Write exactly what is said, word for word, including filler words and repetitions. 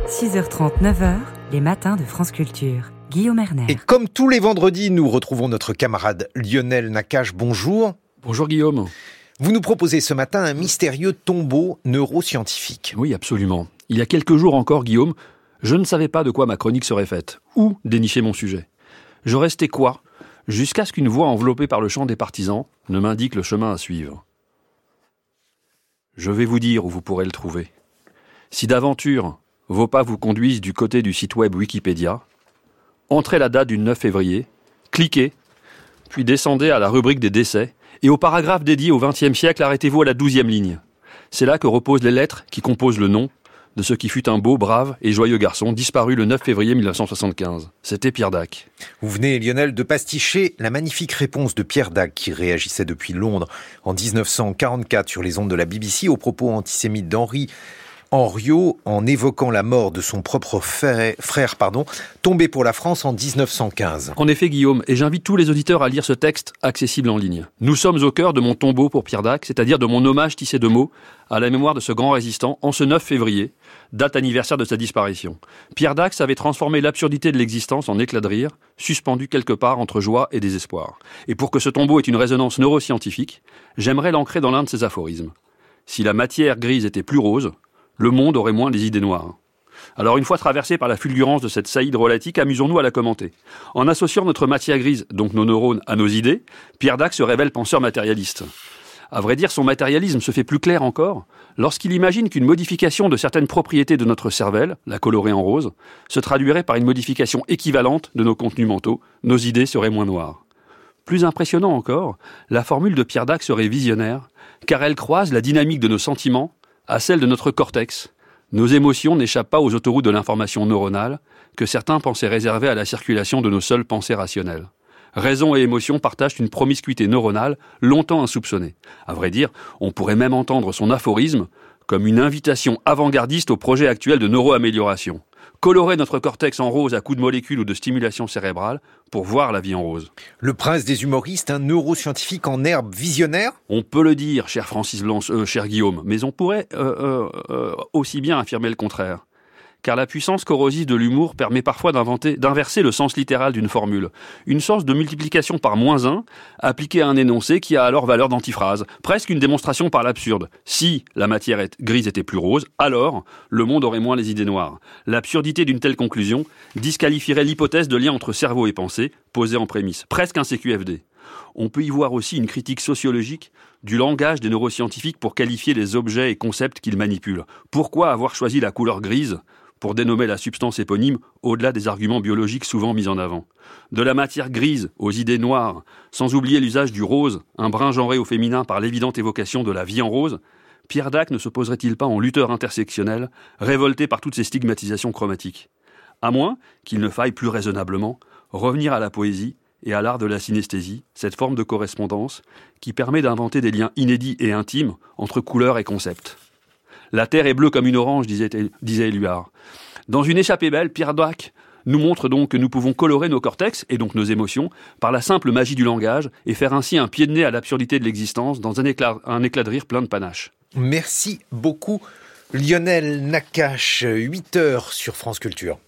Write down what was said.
six heures trente, neuf heures, les matins de France Culture. Guillaume Erner. Et comme tous les vendredis, nous retrouvons notre camarade Lionel Nakache. Bonjour. Bonjour Guillaume. Vous nous proposez ce matin un mystérieux tombeau neuroscientifique. Oui, absolument. Il y a quelques jours encore, Guillaume, je ne savais pas de quoi ma chronique serait faite, ou dénicher mon sujet. Je restais quoi, jusqu'à ce qu'une voix enveloppée par le chant des partisans ne m'indique le chemin à suivre. Je vais vous dire où vous pourrez le trouver. Si d'aventure vos pas vous conduisent du côté du site web Wikipédia, entrez la date du neuf février, cliquez, puis descendez à la rubrique des décès, et au paragraphe dédié au vingtième siècle, arrêtez-vous à la douzième ligne. C'est là que reposent les lettres qui composent le nom de ce qui fut un beau, brave et joyeux garçon disparu le neuf février mille neuf cent soixante-quinze. C'était Pierre Dac. Vous venez, Lionel, de pasticher la magnifique réponse de Pierre Dac qui réagissait depuis Londres en dix-neuf cent quarante-quatre sur les ondes de la B B C aux propos antisémites d'Henri Henriot en évoquant la mort de son propre frère, frère pardon, tombé pour la France en dix-neuf cent quinze. En effet, Guillaume, et j'invite tous les auditeurs à lire ce texte accessible en ligne. Nous sommes au cœur de mon tombeau pour Pierre Dac, c'est-à-dire de mon hommage tissé de mots à la mémoire de ce grand résistant en ce neuf février, date anniversaire de sa disparition. Pierre Dac savait transformer l'absurdité de l'existence en éclat de rire, suspendu quelque part entre joie et désespoir. Et pour que ce tombeau ait une résonance neuroscientifique, j'aimerais l'ancrer dans l'un de ses aphorismes. Si la matière grise était plus rose, le monde aurait moins les idées noires. Alors une fois traversé par la fulgurance de cette saillie drôlatique, amusons-nous à la commenter. En associant notre matière grise, donc nos neurones, à nos idées, Pierre Dac se révèle penseur matérialiste. À vrai dire, son matérialisme se fait plus clair encore lorsqu'il imagine qu'une modification de certaines propriétés de notre cervelle, la colorer en rose, se traduirait par une modification équivalente de nos contenus mentaux, nos idées seraient moins noires. Plus impressionnant encore, la formule de Pierre Dac serait visionnaire, car elle croise la dynamique de nos sentiments à celle de notre cortex. Nos émotions n'échappent pas aux autoroutes de l'information neuronale que certains pensaient réservées à la circulation de nos seules pensées rationnelles. Raison et émotion partagent une promiscuité neuronale longtemps insoupçonnée. À vrai dire, on pourrait même entendre son aphorisme comme une invitation avant-gardiste au projet actuel de neuroamélioration. Colorer notre cortex en rose à coups de molécules ou de stimulation cérébrale pour voir la vie en rose. Le prince des humoristes, un neuroscientifique en herbe visionnaire ? On peut le dire, cher Francis Blanche, euh, cher Guillaume, mais on pourrait euh, euh, euh, aussi bien affirmer le contraire. Car la puissance corrosive de l'humour permet parfois d'inventer, d'inverser le sens littéral d'une formule. Une sorte de multiplication par moins un, appliquée à un énoncé qui a alors valeur d'antiphrase. Presque une démonstration par l'absurde. Si la matière est, grise était plus rose, alors le monde aurait moins les idées noires. L'absurdité d'une telle conclusion disqualifierait l'hypothèse de lien entre cerveau et pensée, posée en prémisse. Presque un C Q F D. On peut y voir aussi une critique sociologique du langage des neuroscientifiques pour qualifier les objets et concepts qu'ils manipulent. Pourquoi avoir choisi la couleur grise pour dénommer la substance éponyme au-delà des arguments biologiques souvent mis en avant? De la matière grise aux idées noires, sans oublier l'usage du rose, un brin genré au féminin par l'évidente évocation de la vie en rose, Pierre Dac ne s'opposerait-il pas en lutteur intersectionnel, révolté par toutes ces stigmatisations chromatiques? À moins qu'il ne faille plus raisonnablement revenir à la poésie et à l'art de la synesthésie, cette forme de correspondance qui permet d'inventer des liens inédits et intimes entre couleurs et concepts. La terre est bleue comme une orange, disait, disait Éluard. Dans une échappée belle, Pierre Dac nous montre donc que nous pouvons colorer nos cortex, et donc nos émotions, par la simple magie du langage, et faire ainsi un pied de nez à l'absurdité de l'existence dans un éclat, un éclat de rire plein de panache. Merci beaucoup, Lionel Nakache, huit heures sur France Culture.